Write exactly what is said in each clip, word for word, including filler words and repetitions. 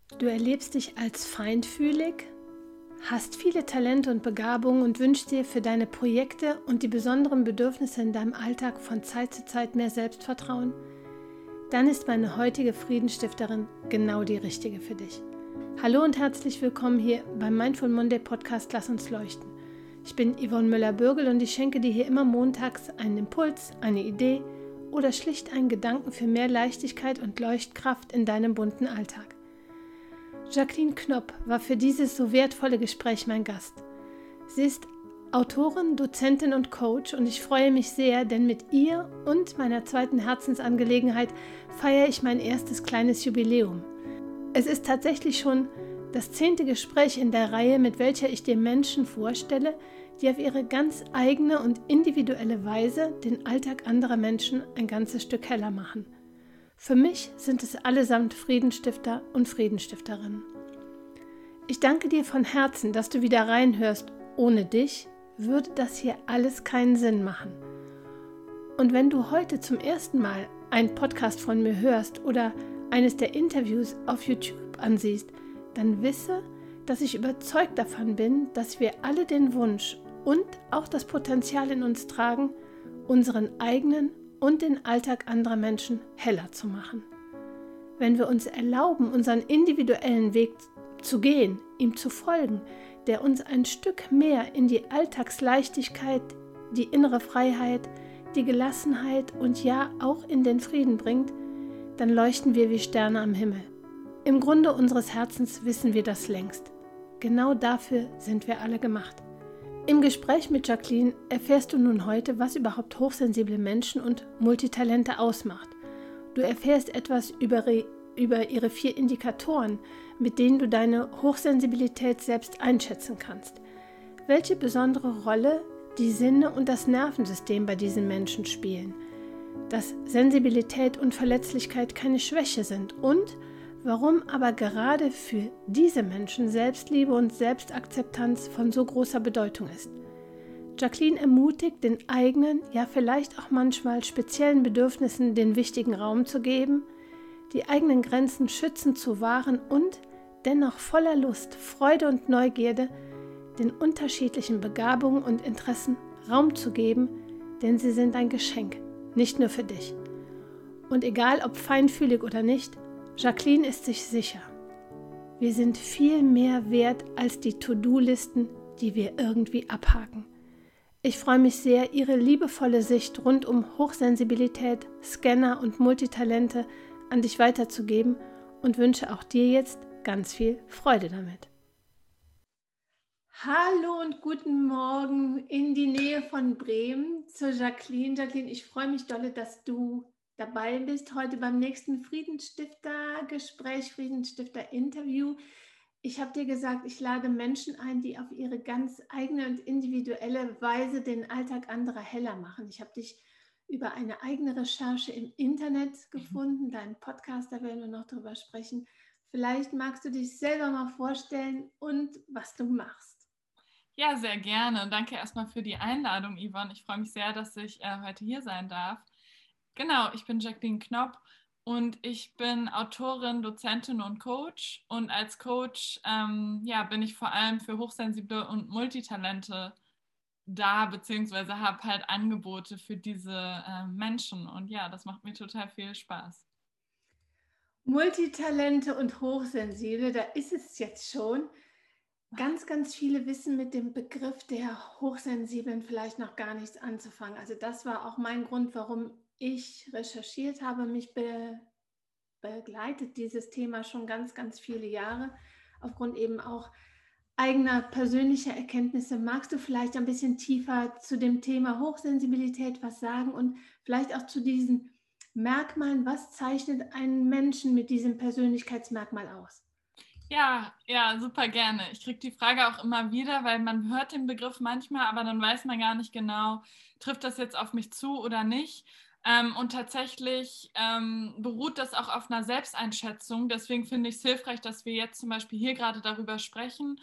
Du erlebst dich als feinfühlig, hast viele Talente und Begabungen und wünschst dir für deine Projekte und die besonderen Bedürfnisse in deinem Alltag von Zeit zu Zeit mehr Selbstvertrauen? Dann ist meine heutige Friedensstifterin genau die richtige für dich. Hallo und herzlich willkommen hier beim Mindful Monday Podcast Lass uns leuchten. Ich bin Yvonne Müller-Bürgel und ich schenke dir hier immer montags einen Impuls, eine Idee oder schlicht einen Gedanken für mehr Leichtigkeit und Leuchtkraft in deinem bunten Alltag. Jacqueline Knopp war für dieses so wertvolle Gespräch mein Gast. Sie ist Autorin, Dozentin und Coach und ich freue mich sehr, denn mit ihr und meiner zweiten Herzensangelegenheit feiere ich mein erstes kleines Jubiläum. Es ist tatsächlich schon das zehnte Gespräch in der Reihe, mit welcher ich dir Menschen vorstelle, die auf ihre ganz eigene und individuelle Weise den Alltag anderer Menschen ein ganzes Stück heller machen. Für mich sind es allesamt Friedensstifter und Friedensstifterinnen. Ich danke dir von Herzen, dass du wieder reinhörst. Ohne dich würde das hier alles keinen Sinn machen. Und wenn du heute zum ersten Mal einen Podcast von mir hörst oder eines der Interviews auf YouTube ansiehst, dann wisse, dass ich überzeugt davon bin, dass wir alle den Wunsch und auch das Potenzial in uns tragen, unseren eigenen und den Alltag anderer Menschen heller zu machen. Wenn wir uns erlauben, unseren individuellen Weg zu gehen, ihm zu folgen, der uns ein Stück mehr in die Alltagsleichtigkeit, die innere Freiheit, die Gelassenheit und ja auch in den Frieden bringt, dann leuchten wir wie Sterne am Himmel. Im Grunde unseres Herzens wissen wir das längst. Genau dafür sind wir alle gemacht. Im Gespräch mit Jacqueline erfährst du nun heute, was überhaupt hochsensible Menschen und Multitalente ausmacht. Du erfährst etwas über, über ihre vier Indikatoren, mit denen du deine Hochsensibilität selbst einschätzen kannst. Welche besondere Rolle die Sinne und das Nervensystem bei diesen Menschen spielen. Dass Sensibilität und Verletzlichkeit keine Schwäche sind und warum aber gerade für diese Menschen Selbstliebe und Selbstakzeptanz von so großer Bedeutung ist. Jacqueline ermutigt, den eigenen, ja vielleicht auch manchmal speziellen Bedürfnissen den wichtigen Raum zu geben, die eigenen Grenzen schützend zu wahren und dennoch voller Lust, Freude und Neugierde den unterschiedlichen Begabungen und Interessen Raum zu geben, denn sie sind ein Geschenk, nicht nur für dich. Und egal ob feinfühlig oder nicht, Jacqueline ist sich sicher, wir sind viel mehr wert als die To-Do-Listen, die wir irgendwie abhaken. Ich freue mich sehr, ihre liebevolle Sicht rund um Hochsensibilität, Scanner und Multitalente an dich weiterzugeben und wünsche auch dir jetzt ganz viel Freude damit. Hallo und guten Morgen in die Nähe von Bremen zu Jacqueline. Jacqueline, ich freue mich dolle, dass du dabei bist heute beim nächsten Friedensstifter-Gespräch, Friedensstifter-Interview. Ich habe dir gesagt, ich lade Menschen ein, die auf ihre ganz eigene und individuelle Weise den Alltag anderer heller machen. Ich habe dich über eine eigene Recherche im Internet gefunden, deinen Podcast, da werden wir noch drüber sprechen. Vielleicht magst du dich selber mal vorstellen und was du machst. Ja, sehr gerne. Danke erstmal für die Einladung, Yvonne. Ich freue mich sehr, dass ich äh, heute hier sein darf. Genau, ich bin Jacqueline Knopp und ich bin Autorin, Dozentin und Coach. Und als Coach ähm, ja, bin ich vor allem für Hochsensible und Multitalente da, beziehungsweise habe halt Angebote für diese äh, Menschen. Und ja, das macht mir total viel Spaß. Multitalente und Hochsensible, da ist es jetzt schon. Ganz, ganz viele wissen mit dem Begriff der Hochsensiblen vielleicht noch gar nichts anzufangen. Also das war auch mein Grund, warum ich recherchiert habe. Mich be begleitet dieses Thema schon ganz, ganz viele Jahre, aufgrund eben auch eigener persönlicher Erkenntnisse. Magst du vielleicht ein bisschen tiefer zu dem Thema Hochsensibilität was sagen und vielleicht auch zu diesen Merkmalen, was zeichnet einen Menschen mit diesem Persönlichkeitsmerkmal aus? Ja, ja, super gerne. Ich kriege die Frage auch immer wieder, weil man hört den Begriff manchmal, aber dann weiß man gar nicht genau, trifft das jetzt auf mich zu oder nicht. Ähm, und tatsächlich ähm, beruht das auch auf einer Selbsteinschätzung. Deswegen finde ich es hilfreich, dass wir jetzt zum Beispiel hier gerade darüber sprechen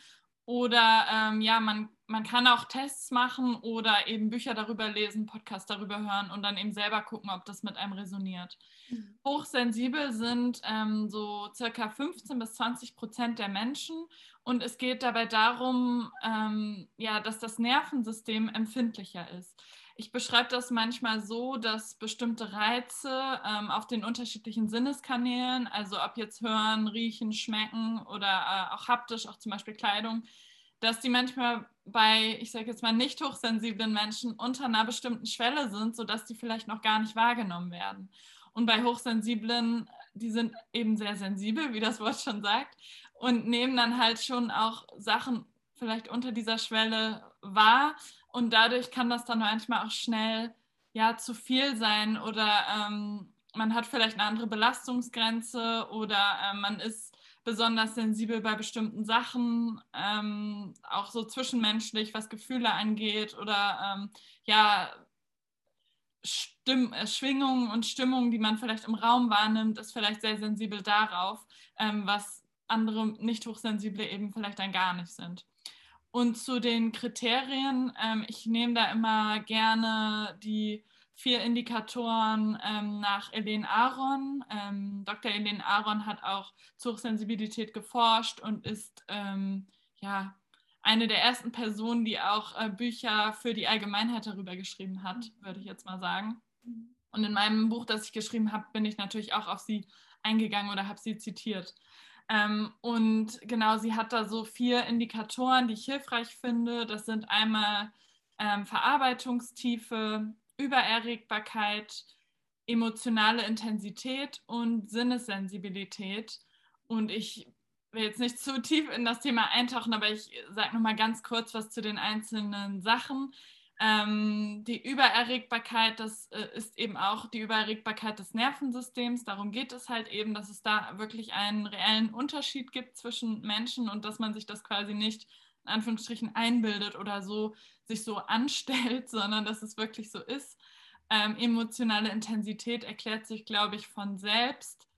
Oder ähm, ja, man, man kann auch Tests machen oder eben Bücher darüber lesen, Podcasts darüber hören und dann eben selber gucken, ob das mit einem resoniert. Mhm. Hochsensibel sind ähm, so circa fünfzehn bis zwanzig Prozent der Menschen und es geht dabei darum, ähm, ja, dass das Nervensystem empfindlicher ist. Ich beschreibe das manchmal so, dass bestimmte Reize ähm, auf den unterschiedlichen Sinneskanälen, also ob jetzt hören, riechen, schmecken oder äh, auch haptisch, auch zum Beispiel Kleidung, dass die manchmal bei, ich sage jetzt mal, nicht hochsensiblen Menschen unter einer bestimmten Schwelle sind, sodass die vielleicht noch gar nicht wahrgenommen werden. Und bei Hochsensiblen, die sind eben sehr sensibel, wie das Wort schon sagt, und nehmen dann halt schon auch Sachen vielleicht unter dieser Schwelle wahr. Und dadurch kann das dann manchmal auch schnell ja zu viel sein oder ähm, man hat vielleicht eine andere Belastungsgrenze oder äh, man ist besonders sensibel bei bestimmten Sachen, ähm, auch so zwischenmenschlich, was Gefühle angeht oder ähm, ja, Stimm äh, Schwingungen und Stimmungen, die man vielleicht im Raum wahrnimmt, ist vielleicht sehr sensibel darauf, ähm, was andere nicht hochsensible eben vielleicht dann gar nicht sind. Und zu den Kriterien, ähm, ich nehme da immer gerne die vier Indikatoren ähm, nach Elaine Aron. Ähm, Doktor Elaine Aron hat auch zur Hochsensibilität geforscht und ist ähm, ja, eine der ersten Personen, die auch äh, Bücher für die Allgemeinheit darüber geschrieben hat, würde ich jetzt mal sagen. Und in meinem Buch, das ich geschrieben habe, bin ich natürlich auch auf sie eingegangen oder habe sie zitiert. Ähm, und genau, sie hat da so vier Indikatoren, die ich hilfreich finde. Das sind einmal ähm, Verarbeitungstiefe, Übererregbarkeit, emotionale Intensität und Sinnessensibilität. Und ich will jetzt nicht zu tief in das Thema eintauchen, aber ich sage nochmal ganz kurz was zu den einzelnen Sachen. Ähm, die Übererregbarkeit, das äh, ist eben auch die Übererregbarkeit des Nervensystems. Darum geht es halt eben, dass es da wirklich einen reellen Unterschied gibt zwischen Menschen und dass man sich das quasi nicht in Anführungsstrichen einbildet oder so sich so anstellt, sondern dass es wirklich so ist. Ähm, emotionale Intensität erklärt sich, glaube ich, von selbst.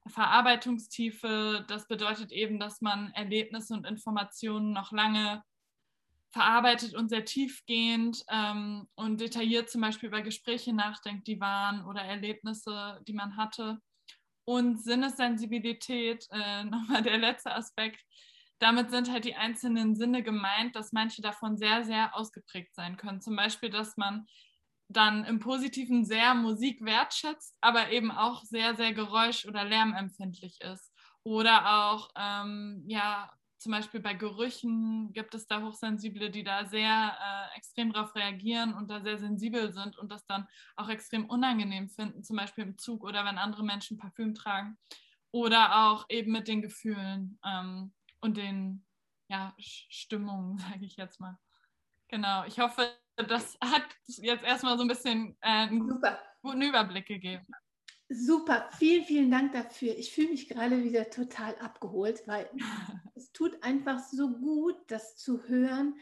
Verarbeitungstiefe, das bedeutet eben, dass man Erlebnisse und Informationen noch lange verarbeitet und sehr tiefgehend ähm, und detailliert zum Beispiel über Gespräche nachdenkt, die waren oder Erlebnisse, die man hatte. Und Sinnessensibilität, äh, nochmal der letzte Aspekt, damit sind halt die einzelnen Sinne gemeint, dass manche davon sehr, sehr ausgeprägt sein können. Zum Beispiel, dass man dann im Positiven sehr Musik wertschätzt, aber eben auch sehr, sehr geräusch- oder lärmempfindlich ist. Oder auch, ähm, ja, zum Beispiel bei Gerüchen gibt es da Hochsensible, die da sehr äh, extrem darauf reagieren und da sehr sensibel sind und das dann auch extrem unangenehm finden, zum Beispiel im Zug oder wenn andere Menschen Parfüm tragen. Oder auch eben mit den Gefühlen ähm, und den ja, Stimmungen, sage ich jetzt mal. Genau, ich hoffe, das hat jetzt erstmal so ein bisschen äh, einen Super. guten Überblick gegeben. Super, vielen, vielen Dank dafür. Ich fühle mich gerade wieder total abgeholt, weil es tut einfach so gut, das zu hören.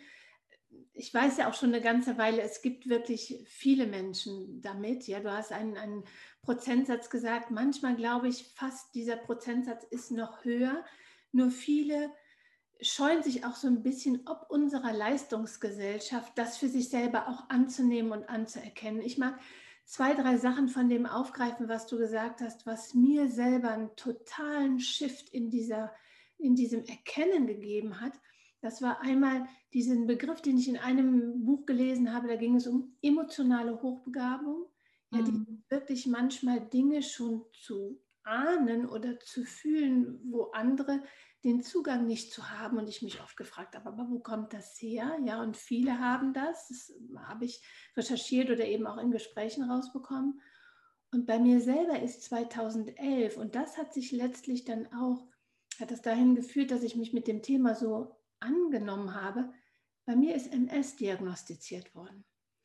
Ich weiß ja auch schon eine ganze Weile, es gibt wirklich viele Menschen damit. Ja, du hast einen, einen Prozentsatz gesagt. Manchmal glaube ich, fast dieser Prozentsatz ist noch höher. Nur viele scheuen sich auch so ein bisschen ob unserer Leistungsgesellschaft, das für sich selber auch anzunehmen und anzuerkennen. Ich mag zwei, drei Sachen von dem aufgreifen, was du gesagt hast, was mir selber einen totalen Shift in dieser, in diesem Erkennen gegeben hat. Das war einmal diesen Begriff, den ich in einem Buch gelesen habe, da ging es um emotionale Hochbegabung, ja, die Mhm. wirklich manchmal Dinge schon zu ahnen oder zu fühlen, wo andere den Zugang nicht zu haben und ich mich oft gefragt habe, aber wo kommt das her? Ja, und viele haben das, das habe ich recherchiert oder eben auch in Gesprächen rausbekommen. Und bei mir selber ist zweitausendelf und das hat sich letztlich dann auch, hat es dahin geführt, dass ich mich mit dem Thema so angenommen habe. Bei mir ist M S diagnostiziert worden.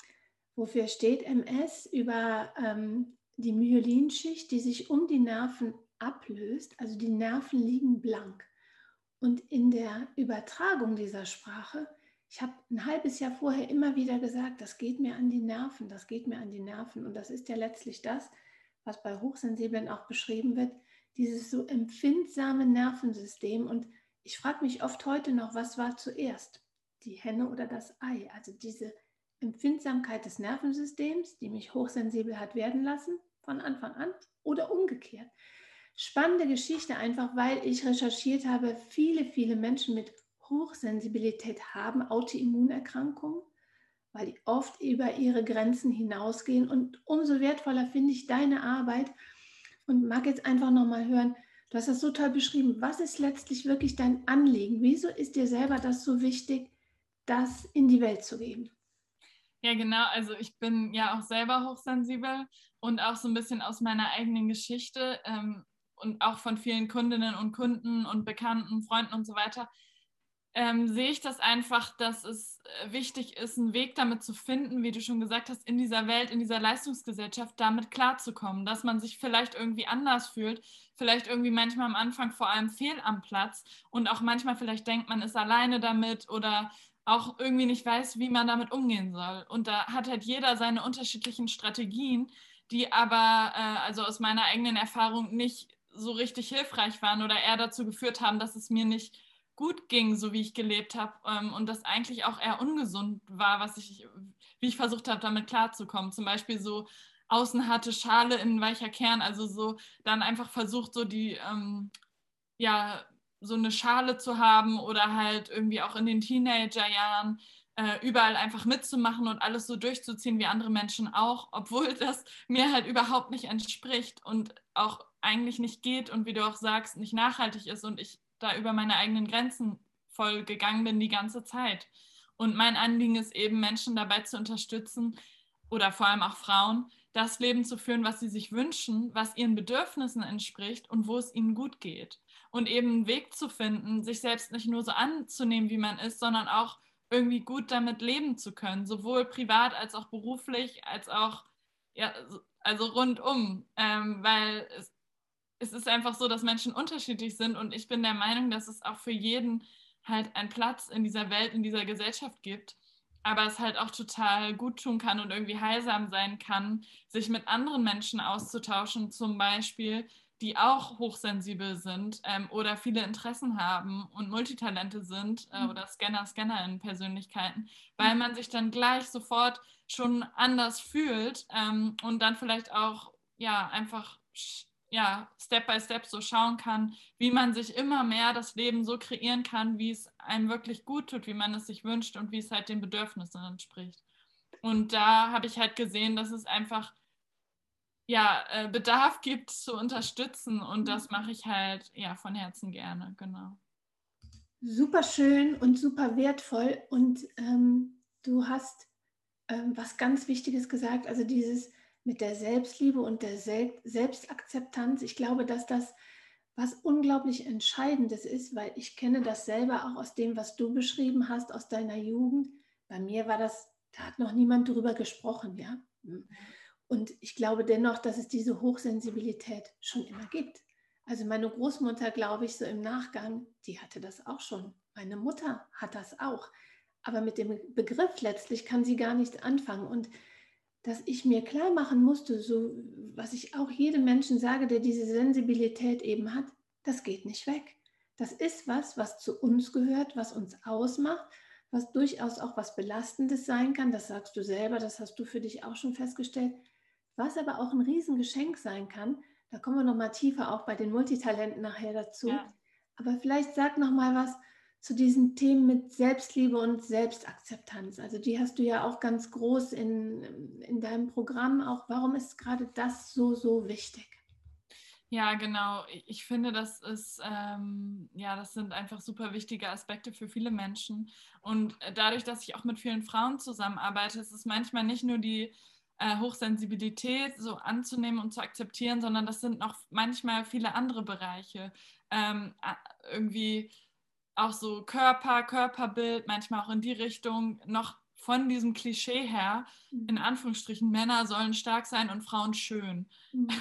Wofür steht M S? Über ähm, die Myelinschicht, die sich um die Nerven ablöst, also die Nerven liegen blank. Und in der Übertragung dieser Sprache, ich habe ein halbes Jahr vorher immer wieder gesagt, das geht mir an die Nerven, das geht mir an die Nerven. Und das ist ja letztlich das, was bei Hochsensiblen auch beschrieben wird, dieses so empfindsame Nervensystem. Und ich frage mich oft heute noch, was war zuerst? Die Henne oder das Ei? Also diese Empfindsamkeit des Nervensystems, die mich hochsensibel hat werden lassen von Anfang an oder umgekehrt. Spannende Geschichte einfach, weil ich recherchiert habe, viele, viele Menschen mit Hochsensibilität haben Autoimmunerkrankungen, weil die oft über ihre Grenzen hinausgehen. Und umso wertvoller finde ich deine Arbeit und mag jetzt einfach nochmal hören, du hast das so toll beschrieben. Was ist letztlich wirklich dein Anliegen? Wieso ist dir selber das so wichtig, das in die Welt zu geben? Ja, genau. Also ich bin ja auch selber hochsensibel und auch so ein bisschen aus meiner eigenen Geschichte ähm, und auch von vielen Kundinnen und Kunden und Bekannten, Freunden und so weiter, ähm, sehe ich das einfach, dass es äh, wichtig ist, einen Weg damit zu finden, wie du schon gesagt hast, in dieser Welt, in dieser Leistungsgesellschaft damit klarzukommen, dass man sich vielleicht irgendwie anders fühlt, vielleicht irgendwie manchmal am Anfang vor allem fehl am Platz und auch manchmal vielleicht denkt, man ist alleine damit oder auch irgendwie nicht weiß, wie man damit umgehen soll. Und da hat halt jeder seine unterschiedlichen Strategien, die aber, äh, also aus meiner eigenen Erfahrung, nicht so richtig hilfreich waren oder eher dazu geführt haben, dass es mir nicht gut ging, so wie ich gelebt habe ähm, und das eigentlich auch eher ungesund war, was ich, wie ich versucht habe, damit klarzukommen. Zum Beispiel so außen harte Schale, innen weicher Kern, also so dann einfach versucht, so die, ähm, ja, so eine Schale zu haben oder halt irgendwie auch in den Teenagerjahren äh, überall einfach mitzumachen und alles so durchzuziehen wie andere Menschen auch, obwohl das mir halt überhaupt nicht entspricht und auch eigentlich nicht geht und wie du auch sagst, nicht nachhaltig ist und ich da über meine eigenen Grenzen voll gegangen bin die ganze Zeit. Und mein Anliegen ist eben, Menschen dabei zu unterstützen oder vor allem auch Frauen, das Leben zu führen, was sie sich wünschen, was ihren Bedürfnissen entspricht und wo es ihnen gut geht. Und eben einen Weg zu finden, sich selbst nicht nur so anzunehmen, wie man ist, sondern auch irgendwie gut damit leben zu können, sowohl privat als auch beruflich, als auch, ja, also rundum, ähm, weil es, es ist einfach so, dass Menschen unterschiedlich sind und ich bin der Meinung, dass es auch für jeden halt einen Platz in dieser Welt, in dieser Gesellschaft gibt, aber es halt auch total gut tun kann und irgendwie heilsam sein kann, sich mit anderen Menschen auszutauschen, zum Beispiel, die auch hochsensibel sind ähm, oder viele Interessen haben und Multitalente sind äh, oder Scanner, Scannerinnen Persönlichkeiten, weil man sich dann gleich sofort schon anders fühlt ähm, und dann vielleicht auch ja einfach ja, Step by Step so schauen kann, wie man sich immer mehr das Leben so kreieren kann, wie es einem wirklich gut tut, wie man es sich wünscht und wie es halt den Bedürfnissen entspricht. Und da habe ich halt gesehen, dass es einfach ja, äh, Bedarf gibt zu unterstützen und das mache ich halt ja von Herzen gerne, genau. Super schön und super wertvoll und ähm, du hast ähm, was ganz Wichtiges gesagt, also dieses mit der Selbstliebe und der Sel Selbstakzeptanz. Ich glaube, dass das was unglaublich Entscheidendes ist, weil ich kenne das selber auch aus dem, was du beschrieben hast, aus deiner Jugend. Bei mir war das, da hat noch niemand drüber gesprochen, ja. Und ich glaube dennoch, dass es diese Hochsensibilität schon immer gibt. Also meine Großmutter, glaube ich, so im Nachgang, die hatte das auch schon. Meine Mutter hat das auch. Aber mit dem Begriff letztlich kann sie gar nicht anfangen. Und dass ich mir klar machen musste, so was ich auch jedem Menschen sage, der diese Sensibilität eben hat, das geht nicht weg. Das ist was, was zu uns gehört, was uns ausmacht, was durchaus auch was Belastendes sein kann. Das sagst du selber, das hast du für dich auch schon festgestellt. Was aber auch ein Riesengeschenk sein kann, da kommen wir noch mal tiefer auch bei den Multitalenten nachher dazu. Ja. Aber vielleicht sag noch mal was zu diesen Themen mit Selbstliebe und Selbstakzeptanz. Also die hast du ja auch ganz groß in, in deinem Programm. Auch warum ist gerade das so, so wichtig? Ja, genau. Ich finde, das ist, ähm, ja, das sind einfach super wichtige Aspekte für viele Menschen. Und dadurch, dass ich auch mit vielen Frauen zusammenarbeite, ist es manchmal nicht nur die äh, Hochsensibilität so anzunehmen und zu akzeptieren, sondern das sind noch manchmal viele andere Bereiche. Ähm, irgendwie auch so Körper, Körperbild, manchmal auch in die Richtung, noch von diesem Klischee her, in Anführungsstrichen, Männer sollen stark sein und Frauen schön. Mhm.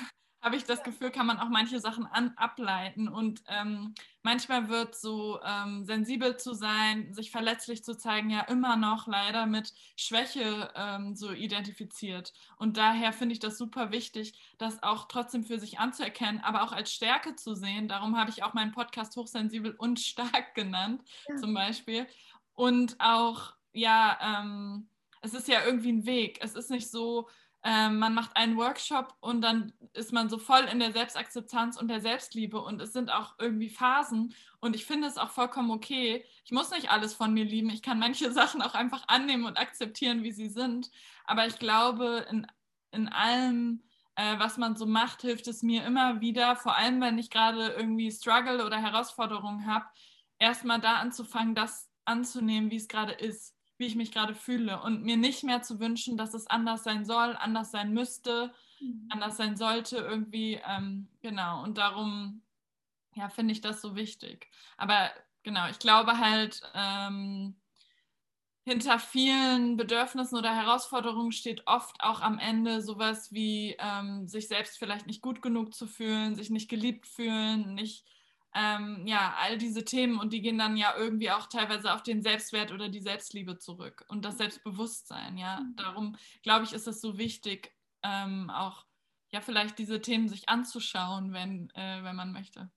habe ich das Gefühl, kann man auch manche Sachen an, ableiten. Und ähm, manchmal wird so ähm, sensibel zu sein, sich verletzlich zu zeigen, ja immer noch leider mit Schwäche ähm, so identifiziert. Und daher finde ich das super wichtig, das auch trotzdem für sich anzuerkennen, aber auch als Stärke zu sehen. Darum habe ich auch meinen Podcast Hochsensibel und stark genannt, Ja. zum Beispiel. Und auch, ja, ähm, es ist ja irgendwie ein Weg. Es ist nicht so, ähm, man macht einen Workshop und dann ist man so voll in der Selbstakzeptanz und der Selbstliebe und es sind auch irgendwie Phasen und ich finde es auch vollkommen okay. Ich muss nicht alles von mir lieben. Ich kann manche Sachen auch einfach annehmen und akzeptieren, wie sie sind. Aber ich glaube, in, in allem, äh, was man so macht, hilft es mir immer wieder, vor allem wenn ich gerade irgendwie Struggle oder Herausforderungen habe, erstmal da anzufangen, das anzunehmen, wie es gerade ist, wie ich mich gerade fühle und mir nicht mehr zu wünschen, dass es anders sein soll, anders sein müsste, Mhm. anders sein sollte irgendwie. Ähm, genau, und darum, ja, finde ich das so wichtig. Aber genau, ich glaube halt, ähm, hinter vielen Bedürfnissen oder Herausforderungen steht oft auch am Ende sowas wie ähm, sich selbst vielleicht nicht gut genug zu fühlen, sich nicht geliebt fühlen, nicht, ähm, ja, all diese Themen und die gehen dann ja irgendwie auch teilweise auf den Selbstwert oder die Selbstliebe zurück und das Selbstbewusstsein, ja. Darum glaube ich, ist es so wichtig, ähm, auch ja vielleicht diese Themen sich anzuschauen, wenn, äh, wenn man möchte.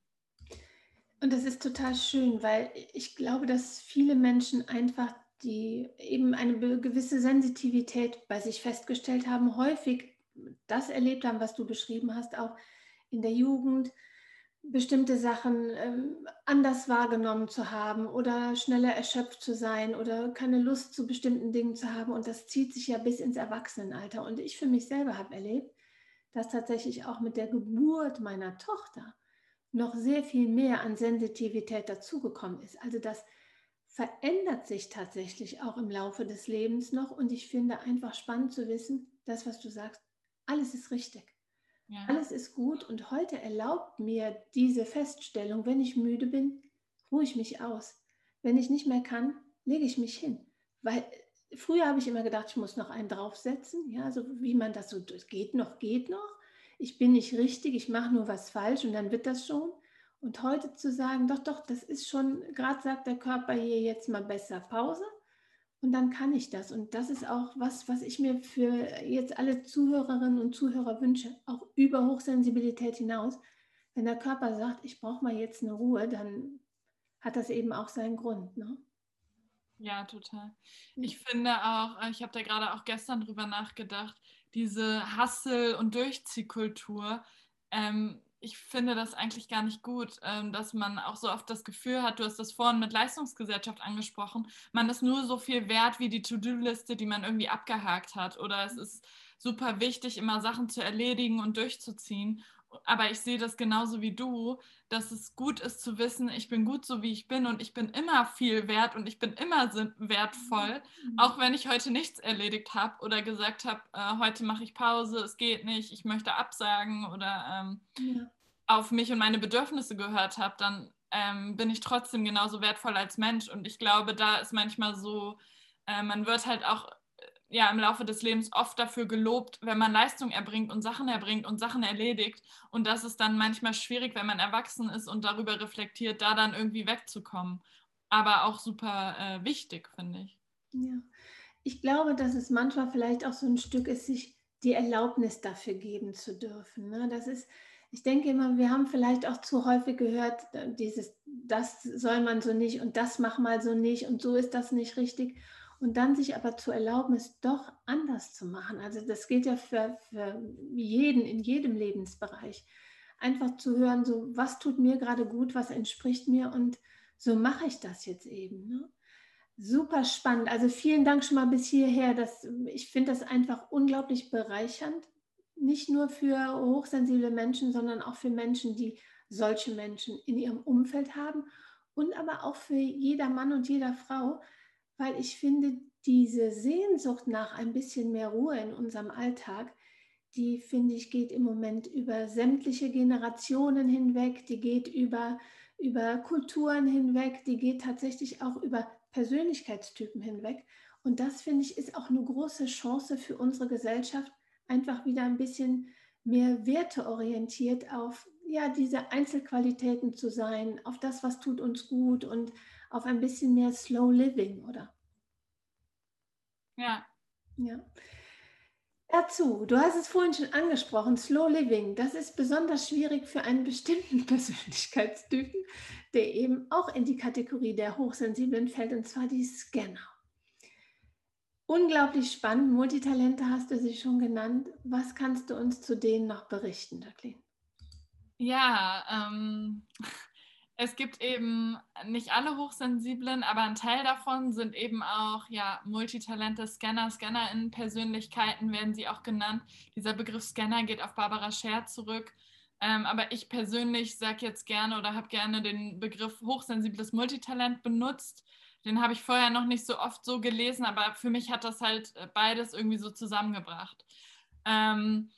Und das ist total schön, weil ich glaube, dass viele Menschen einfach, die eben eine be- gewisse Sensitivität bei sich festgestellt haben, häufig das erlebt haben, was du beschrieben hast, auch in der Jugend, bestimmte Sachen ähm, anders wahrgenommen zu haben oder schneller erschöpft zu sein oder keine Lust zu bestimmten Dingen zu haben. Und das zieht sich ja bis ins Erwachsenenalter. Und ich für mich selber habe erlebt, dass tatsächlich auch mit der Geburt meiner Tochter noch sehr viel mehr an Sensitivität dazugekommen ist. Also das verändert sich tatsächlich auch im Laufe des Lebens noch. Und ich finde einfach spannend zu wissen, das, was du sagst, alles ist richtig. Ja. Alles ist gut und heute erlaubt mir diese Feststellung, wenn ich müde bin, ruhe ich mich aus. Wenn ich nicht mehr kann, lege ich mich hin. Weil früher habe ich immer gedacht, ich muss noch einen draufsetzen, ja, so wie man das so, das geht noch, geht noch. Ich bin nicht richtig, ich mache nur was falsch und dann wird das schon. Und heute zu sagen, doch, doch, das ist schon, gerade sagt der Körper hier jetzt mal besser Pause. Und dann kann ich das. Und das ist auch was, was ich mir für jetzt alle Zuhörerinnen und Zuhörer wünsche, auch über Hochsensibilität hinaus. Wenn der Körper sagt, ich brauche mal jetzt eine Ruhe, dann hat das eben auch seinen Grund. Ne? Ja, total. Ja. Ich finde auch, äh, ich habe da gerade auch gestern drüber nachgedacht, diese Hassel- und Durchziehkultur, ähm, ich finde das eigentlich gar nicht gut, ähm, dass man auch so oft das Gefühl hat, du hast das vorhin mit Leistungsgesellschaft angesprochen, man ist nur so viel wert wie die To-Do-Liste, die man irgendwie abgehakt hat. Oder es ist super wichtig, immer Sachen zu erledigen und durchzuziehen. Aber ich sehe das genauso wie du, dass es gut ist zu wissen, ich bin gut so wie ich bin und ich bin immer viel wert und ich bin immer wertvoll, Mhm. auch wenn ich heute nichts erledigt habe oder gesagt habe, äh, heute mache ich Pause, es geht nicht, ich möchte absagen oder ähm, Ja. auf mich und meine Bedürfnisse gehört habe, dann ähm, bin ich trotzdem genauso wertvoll als Mensch. Und ich glaube, da ist manchmal so, äh, man wird halt auch ja im Laufe des Lebens oft dafür gelobt, wenn man Leistung erbringt und Sachen erbringt und Sachen erledigt. Und das ist dann manchmal schwierig, wenn man erwachsen ist und darüber reflektiert, da dann irgendwie wegzukommen. Aber auch super äh, wichtig, finde ich. Ja. Ich glaube, dass es manchmal vielleicht auch so ein Stück ist, sich die Erlaubnis dafür geben zu dürfen. Ne? Das ist, ich denke immer, wir haben vielleicht auch zu häufig gehört, äh, dieses, das soll man so nicht und das mach mal so nicht und so ist das nicht richtig. Und dann sich aber zu erlauben, es doch anders zu machen. Also das gilt ja für, für jeden, in jedem Lebensbereich. Einfach zu hören, so was tut mir gerade gut, was entspricht mir und so mache ich das jetzt eben. Ne? Super spannend. Also vielen Dank schon mal bis hierher. Das, ich finde das einfach unglaublich bereichernd. Nicht nur für hochsensible Menschen, sondern auch für Menschen, die solche Menschen in ihrem Umfeld haben und aber auch für jeder Mann und jeder Frau, weil ich finde, diese Sehnsucht nach ein bisschen mehr Ruhe in unserem Alltag, die finde ich geht im Moment über sämtliche Generationen hinweg, die geht über, über Kulturen hinweg, die geht tatsächlich auch über Persönlichkeitstypen hinweg. Und das finde ich ist auch eine große Chance für unsere Gesellschaft, einfach wieder ein bisschen mehr werteorientiert auf ja, diese Einzelqualitäten zu sein, auf das, was tut uns gut und auf ein bisschen mehr Slow Living, oder? Ja. Ja. Dazu, du hast es vorhin schon angesprochen, Slow Living, das ist besonders schwierig für einen bestimmten Persönlichkeitstypen, der eben auch in die Kategorie der Hochsensiblen fällt, und zwar die Scanner. Unglaublich spannend, Multitalente hast du sie schon genannt. Was kannst du uns zu denen noch berichten, Jacqueline? Ja, ähm, es gibt eben nicht alle Hochsensiblen, aber ein Teil davon sind eben auch ja, Multitalente, Scanner, ScannerInnen, Persönlichkeiten werden sie auch genannt. Dieser Begriff Scanner geht auf Barbara Scher zurück. Ähm, aber ich persönlich sage jetzt gerne oder habe gerne den Begriff hochsensibles Multitalent benutzt. Den habe ich vorher noch nicht so oft so gelesen, aber für mich hat das halt beides irgendwie so zusammengebracht. Ähm,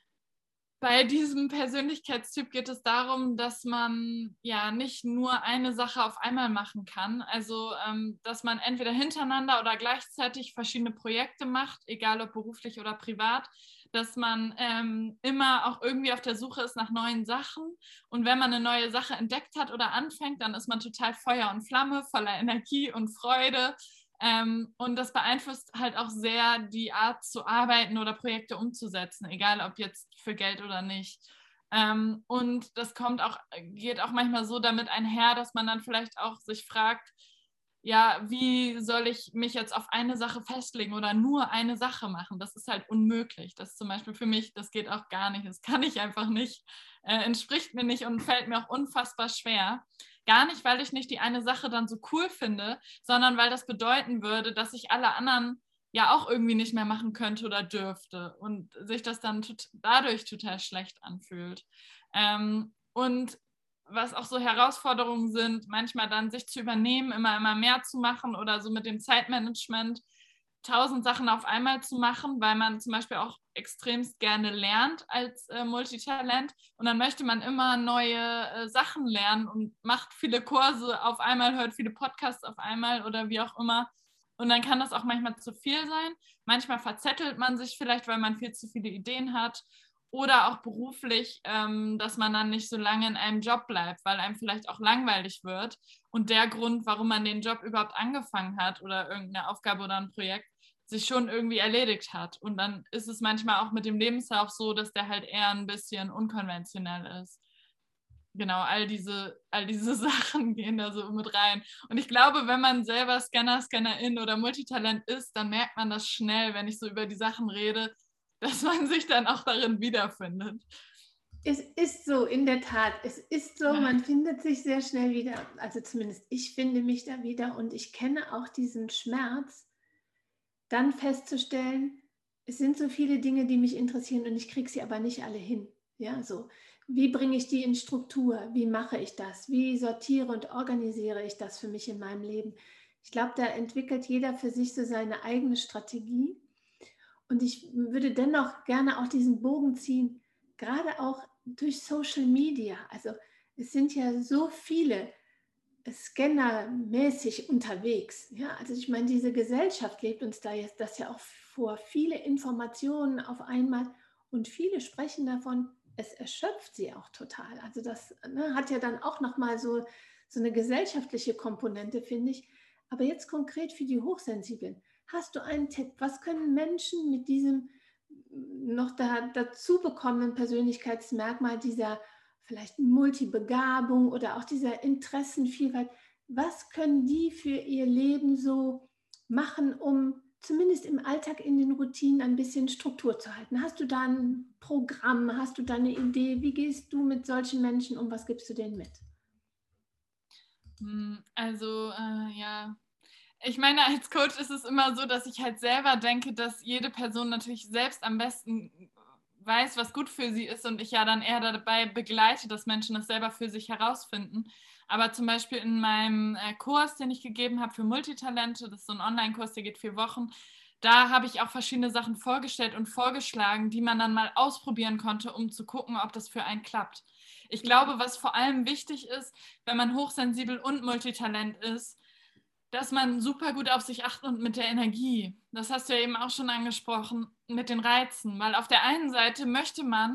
Bei diesem Persönlichkeitstyp geht es darum, dass man ja nicht nur eine Sache auf einmal machen kann. Also, ähm, dass man entweder hintereinander oder gleichzeitig verschiedene Projekte macht, egal ob beruflich oder privat, dass man ähm, immer auch irgendwie auf der Suche ist nach neuen Sachen. Und wenn man eine neue Sache entdeckt hat oder anfängt, dann ist man total Feuer und Flamme, voller Energie und Freude. Ähm, und das beeinflusst halt auch sehr die Art zu arbeiten oder Projekte umzusetzen, egal ob jetzt für Geld oder nicht. Ähm, und das kommt auch, geht auch manchmal so damit einher, dass man dann vielleicht auch sich fragt, ja, wie soll ich mich jetzt auf eine Sache festlegen oder nur eine Sache machen? Das ist halt unmöglich. Das ist zum Beispiel für mich, das geht auch gar nicht. Das kann ich einfach nicht, äh, entspricht mir nicht und fällt mir auch unfassbar schwer. Gar nicht, weil ich nicht die eine Sache dann so cool finde, sondern weil das bedeuten würde, dass ich alle anderen ja auch irgendwie nicht mehr machen könnte oder dürfte und sich das dann tot- dadurch total schlecht anfühlt. Ähm, und was auch so Herausforderungen sind, manchmal dann sich zu übernehmen, immer, immer mehr zu machen oder so mit dem Zeitmanagement tausend Sachen auf einmal zu machen, weil man zum Beispiel auch extremst gerne lernt als äh, Multitalent und dann möchte man immer neue äh, Sachen lernen und macht viele Kurse auf einmal, hört viele Podcasts auf einmal oder wie auch immer und dann kann das auch manchmal zu viel sein. Manchmal verzettelt man sich vielleicht, weil man viel zu viele Ideen hat oder auch beruflich, ähm, dass man dann nicht so lange in einem Job bleibt, weil einem vielleicht auch langweilig wird und der Grund, warum man den Job überhaupt angefangen hat oder irgendeine Aufgabe oder ein Projekt, sich schon irgendwie erledigt hat. Und dann ist es manchmal auch mit dem Lebenslauf so, dass der halt eher ein bisschen unkonventionell ist. Genau, all diese, all diese Sachen gehen da so mit rein. Und ich glaube, wenn man selber Scanner, Scannerin oder Multitalent ist, dann merkt man das schnell, wenn ich so über die Sachen rede, dass man sich dann auch darin wiederfindet. Es ist so, in der Tat. Es ist so, Ja. man findet sich sehr schnell wieder. Also zumindest ich finde mich da wieder und ich kenne auch diesen Schmerz, dann festzustellen, es sind so viele Dinge, die mich interessieren und ich kriege sie aber nicht alle hin. Ja, so. Wie bringe ich die in Struktur? Wie mache ich das? Wie sortiere und organisiere ich das für mich in meinem Leben? Ich glaube, da entwickelt jeder für sich so seine eigene Strategie. Und ich würde dennoch gerne auch diesen Bogen ziehen, gerade auch durch Social Media. Also es sind ja so viele scannermäßig unterwegs. Ja, also ich meine, diese Gesellschaft lebt uns da jetzt das ja auch vor, viele Informationen auf einmal und viele sprechen davon, es erschöpft sie auch total. Also das ne, hat ja dann auch nochmal so, so eine gesellschaftliche Komponente, finde ich. Aber jetzt konkret für die Hochsensiblen. Hast du einen Tipp? Was können Menschen mit diesem noch da, dazu bekommenen Persönlichkeitsmerkmal dieser vielleicht Multibegabung oder auch dieser Interessenvielfalt, was können die für ihr Leben so machen, um zumindest im Alltag in den Routinen ein bisschen Struktur zu halten? Hast du da ein Programm? Hast du da eine Idee? Wie gehst du mit solchen Menschen um? Was gibst du denen mit? Also, äh, ja, ich meine, als Coach ist es immer so, dass ich halt selber denke, dass jede Person natürlich selbst am besten weiß, was gut für sie ist und ich ja dann eher dabei begleite, dass Menschen das selber für sich herausfinden. Aber zum Beispiel in meinem äh, Kurs, den ich gegeben habe für Multitalente, das ist so ein Online-Kurs, der geht vier Wochen, da habe ich auch verschiedene Sachen vorgestellt und vorgeschlagen, die man dann mal ausprobieren konnte, um zu gucken, ob das für einen klappt. Ich glaube, was vor allem wichtig ist, wenn man hochsensibel und Multitalent ist, dass man super gut auf sich achtet und mit der Energie. Das hast du ja eben auch schon angesprochen, mit den Reizen. Weil auf der einen Seite möchte man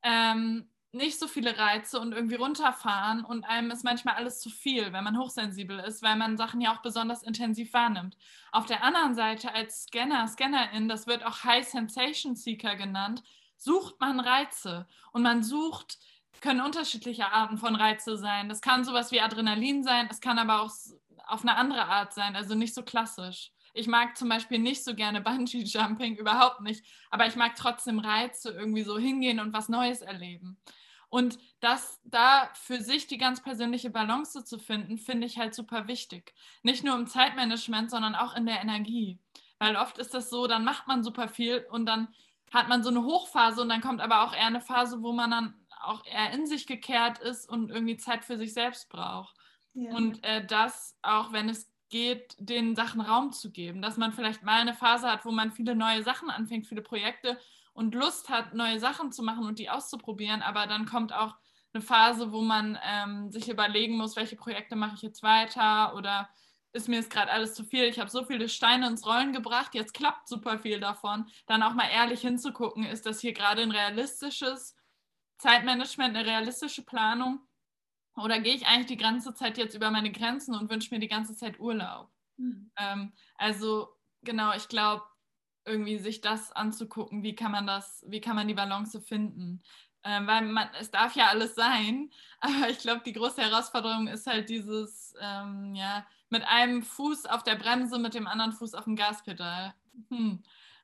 ähm, nicht so viele Reize und irgendwie runterfahren und einem ist manchmal alles zu viel, wenn man hochsensibel ist, weil man Sachen ja auch besonders intensiv wahrnimmt. Auf der anderen Seite als Scanner, Scannerin, das wird auch High Sensation Seeker genannt, sucht man Reize und man sucht, können unterschiedliche Arten von Reize sein. Das kann sowas wie Adrenalin sein, es kann aber auch auf eine andere Art sein, also nicht so klassisch. Ich mag zum Beispiel nicht so gerne Bungee-Jumping, überhaupt nicht, aber ich mag trotzdem Reize, irgendwie so hingehen und was Neues erleben. Und das da für sich die ganz persönliche Balance zu finden, finde ich halt super wichtig. Nicht nur im Zeitmanagement, sondern auch in der Energie. Weil oft ist das so, dann macht man super viel und dann hat man so eine Hochphase und dann kommt aber auch eher eine Phase, wo man dann auch eher in sich gekehrt ist und irgendwie Zeit für sich selbst braucht. Ja. Und äh, das, auch wenn es geht, den Sachen Raum zu geben, dass man vielleicht mal eine Phase hat, wo man viele neue Sachen anfängt, viele Projekte und Lust hat, neue Sachen zu machen und die auszuprobieren, aber dann kommt auch eine Phase, wo man ähm, sich überlegen muss, welche Projekte mache ich jetzt weiter oder ist mir jetzt gerade alles zu viel, ich habe so viele Steine ins Rollen gebracht, jetzt klappt super viel davon, dann auch mal ehrlich hinzugucken, ist das hier gerade ein realistisches Zeitmanagement, eine realistische Planung oder gehe ich eigentlich die ganze Zeit jetzt über meine Grenzen und wünsche mir die ganze Zeit Urlaub? Mhm. Ähm, also genau, ich glaube, irgendwie sich das anzugucken, wie kann man das, wie kann man die Balance finden? Ähm, weil man, es darf ja alles sein, aber ich glaube, die große Herausforderung ist halt dieses, ähm, ja, mit einem Fuß auf der Bremse, mit dem anderen Fuß auf dem Gaspedal. Hm.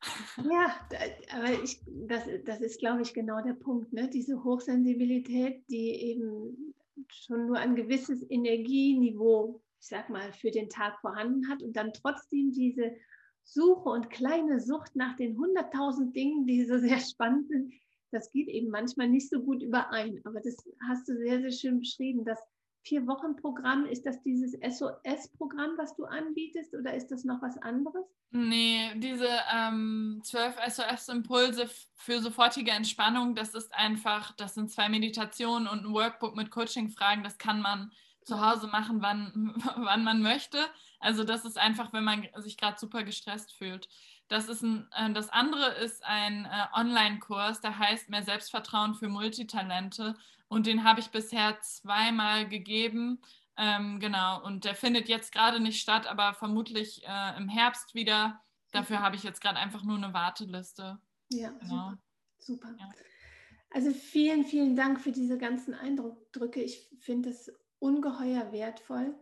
Ja, aber ich, das, das ist, glaube ich, genau der Punkt, ne? Diese Hochsensibilität, die eben schon nur ein gewisses Energieniveau, ich sag mal, für den Tag vorhanden hat und dann trotzdem diese Suche und kleine Sucht nach den hunderttausend Dingen, die so sehr spannend sind, das geht eben manchmal nicht so gut überein. Aber das hast du sehr, sehr schön beschrieben. Das Vier-Wochen-Programm, ist das dieses S O S-Programm, was du anbietest, oder ist das noch was anderes? Nee, diese ähm, zwölf S O S-Impulse für sofortige Entspannung, das ist einfach, das sind zwei Meditationen und ein Workbook mit Coaching-Fragen, das kann man zu Hause machen, wann, wann man möchte. Also das ist einfach, wenn man sich gerade super gestresst fühlt. Das ist ein, äh, das andere ist ein äh, Online-Kurs, der heißt Mehr Selbstvertrauen für Multitalente und den habe ich bisher zweimal gegeben. Ähm, genau, und der findet jetzt gerade nicht statt, aber vermutlich äh, im Herbst wieder. Dafür habe ich jetzt gerade einfach nur eine Warteliste. Ja, genau. Super. super. Ja. Also vielen, vielen Dank für diese ganzen Eindrücke. Ich finde es ungeheuer wertvoll.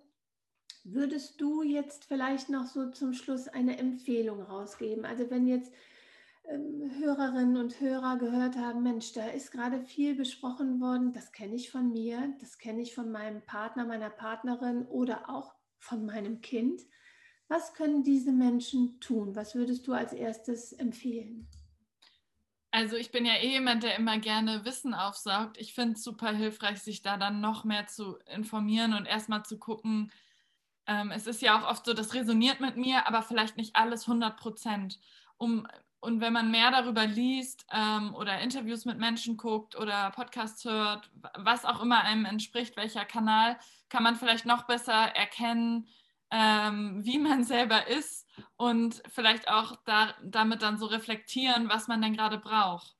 Würdest du jetzt vielleicht noch so zum Schluss eine Empfehlung rausgeben? Also wenn jetzt ähm, Hörerinnen und Hörer gehört haben, Mensch, da ist gerade viel besprochen worden, das kenne ich von mir, das kenne ich von meinem Partner, meiner Partnerin oder auch von meinem Kind. Was können diese Menschen tun? Was würdest du als erstes empfehlen? Also ich bin ja eh jemand, der immer gerne Wissen aufsaugt. Ich finde es super hilfreich, sich da dann noch mehr zu informieren und erstmal zu gucken. Ähm, es ist ja auch oft so, das resoniert mit mir, aber vielleicht nicht alles hundert Prozent. Um, und wenn man mehr darüber liest ähm, oder Interviews mit Menschen guckt oder Podcasts hört, was auch immer einem entspricht, welcher Kanal, kann man vielleicht noch besser erkennen, ähm, wie man selber ist und vielleicht auch da, damit dann so reflektieren, was man denn gerade braucht.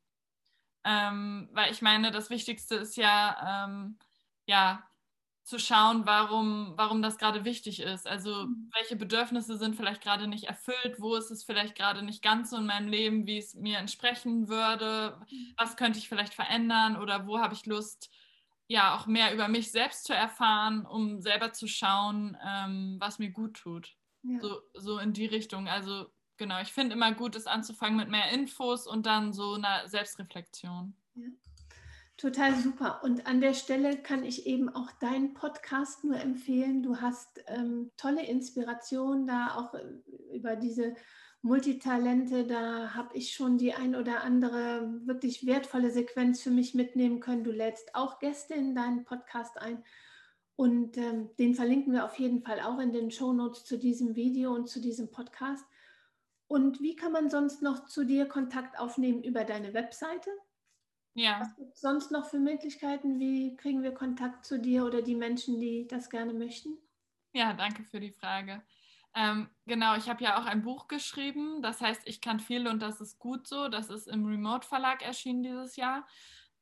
Ähm, weil ich meine, das Wichtigste ist ja, ähm, ja, zu schauen, warum, warum das gerade wichtig ist. Also welche Bedürfnisse sind vielleicht gerade nicht erfüllt, wo ist es vielleicht gerade nicht ganz so in meinem Leben, wie es mir entsprechen würde, was könnte ich vielleicht verändern oder wo habe ich Lust, ja, auch mehr über mich selbst zu erfahren, um selber zu schauen, ähm, was mir gut tut. Ja. So, so in die Richtung. Also genau, ich finde immer gut, es anzufangen mit mehr Infos und dann so einer Selbstreflexion. Ja. Total super. Und an der Stelle kann ich eben auch deinen Podcast nur empfehlen. Du hast ähm, tolle Inspiration da auch äh, über diese Multitalente. Da habe ich schon die ein oder andere wirklich wertvolle Sequenz für mich mitnehmen können. Du lädst auch Gäste in deinen Podcast ein. Und ähm, den verlinken wir auf jeden Fall auch in den Shownotes zu diesem Video und zu diesem Podcast. Und wie kann man sonst noch zu dir Kontakt aufnehmen? Über deine Webseite? Ja. Was gibt es sonst noch für Möglichkeiten? Wie kriegen wir Kontakt zu dir oder die Menschen, die das gerne möchten? Ja, danke für die Frage. Ähm, genau, ich habe ja auch ein Buch geschrieben, das heißt, ich kann viel und das ist gut so. Das ist im Remote Verlag erschienen dieses Jahr.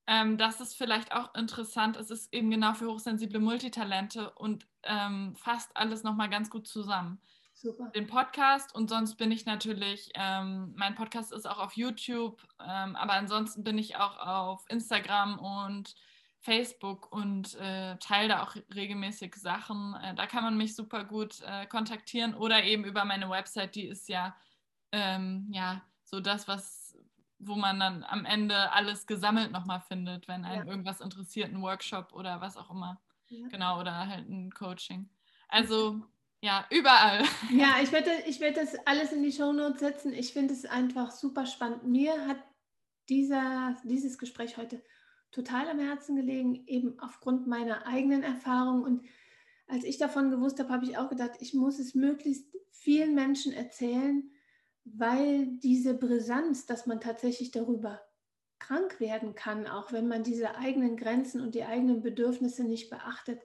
ähm, das ist vielleicht auch interessant. Es ist eben genau für hochsensible Multitalente und ähm, fasst alles nochmal ganz gut zusammen. Super. Den Podcast und sonst bin ich natürlich, ähm, mein Podcast ist auch auf YouTube, ähm, aber ansonsten bin ich auch auf Instagram und Facebook und äh, teile da auch regelmäßig Sachen. Äh, da kann man mich super gut äh, kontaktieren oder eben über meine Website, die ist ja, ähm, ja so das, was, wo man dann am Ende alles gesammelt nochmal findet, wenn einen Ja. irgendwas interessiert, ein Workshop oder was auch immer. Ja. Genau, oder halt ein Coaching. Also ja, überall. Ja, ich werde, ich werde das alles in die Shownotes setzen. Ich finde es einfach super spannend. Mir hat dieser, dieses Gespräch heute total am Herzen gelegen, eben aufgrund meiner eigenen Erfahrung. Und als ich davon gewusst habe, habe ich auch gedacht, ich muss es möglichst vielen Menschen erzählen, weil diese Brisanz, dass man tatsächlich darüber krank werden kann, auch wenn man diese eigenen Grenzen und die eigenen Bedürfnisse nicht beachtet,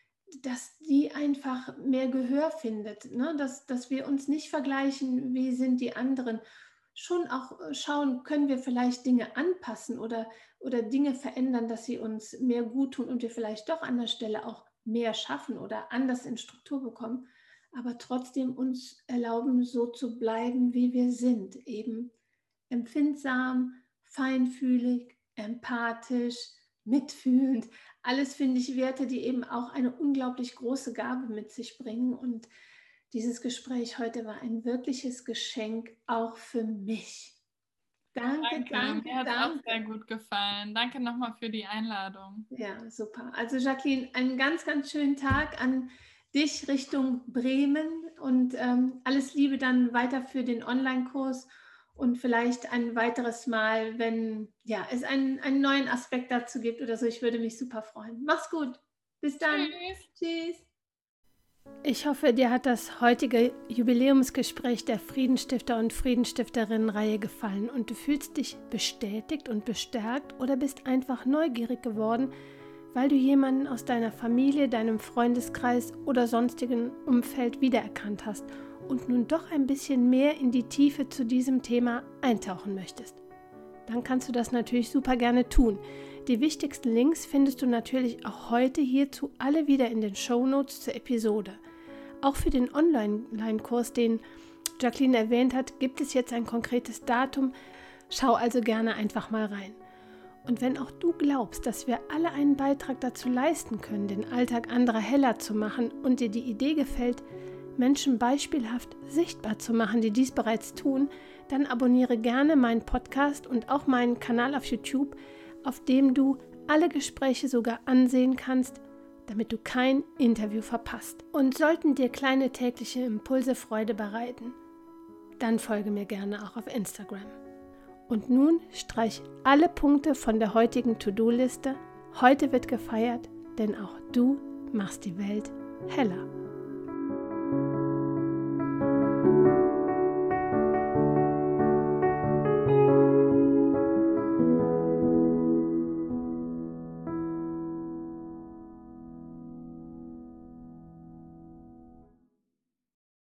dass die einfach mehr Gehör findet, ne? dass, dass wir uns nicht vergleichen, wie sind die anderen, schon auch schauen, können wir vielleicht Dinge anpassen oder, oder Dinge verändern, dass sie uns mehr gut tun und wir vielleicht doch an der Stelle auch mehr schaffen oder anders in Struktur bekommen, aber trotzdem uns erlauben, so zu bleiben, wie wir sind, eben empfindsam, feinfühlig, empathisch, mitfühlend. Alles finde ich Werte, die eben auch eine unglaublich große Gabe mit sich bringen. Und dieses Gespräch heute war ein wirkliches Geschenk auch für mich. Danke, Danke, danke, mir hat es auch sehr danke. gut gefallen. Danke nochmal für die Einladung. Ja, super. Also Jacqueline, einen ganz, ganz schönen Tag an dich Richtung Bremen und ähm, alles Liebe dann weiter für den Online-Kurs und vielleicht ein weiteres Mal, wenn ja, es einen, einen neuen Aspekt dazu gibt oder so. Ich würde mich super freuen. Mach's gut. Bis dann. Tschüss. Tschüss. Ich hoffe, dir hat das heutige Jubiläumsgespräch der Friedensstifter und Friedensstifterinnen-Reihe gefallen und du fühlst dich bestätigt und bestärkt oder bist einfach neugierig geworden, weil du jemanden aus deiner Familie, deinem Freundeskreis oder sonstigen Umfeld wiedererkannt hast und nun doch ein bisschen mehr in die Tiefe zu diesem Thema eintauchen möchtest. Dann kannst du das natürlich super gerne tun. Die wichtigsten Links findest du natürlich auch heute hierzu alle wieder in den Shownotes zur Episode. Auch für den Online-Kurs, den Jacqueline erwähnt hat, gibt es jetzt ein konkretes Datum. Schau also gerne einfach mal rein. Und wenn auch du glaubst, dass wir alle einen Beitrag dazu leisten können, den Alltag anderer heller zu machen und dir die Idee gefällt, Menschen beispielhaft sichtbar zu machen, die dies bereits tun, dann abonniere gerne meinen Podcast und auch meinen Kanal auf YouTube, auf dem du alle Gespräche sogar ansehen kannst, damit du kein Interview verpasst. Und sollten dir kleine tägliche Impulse Freude bereiten, dann folge mir gerne auch auf Instagram. Und nun streich alle Punkte von der heutigen To-Do-Liste. Heute wird gefeiert, denn auch du machst die Welt heller.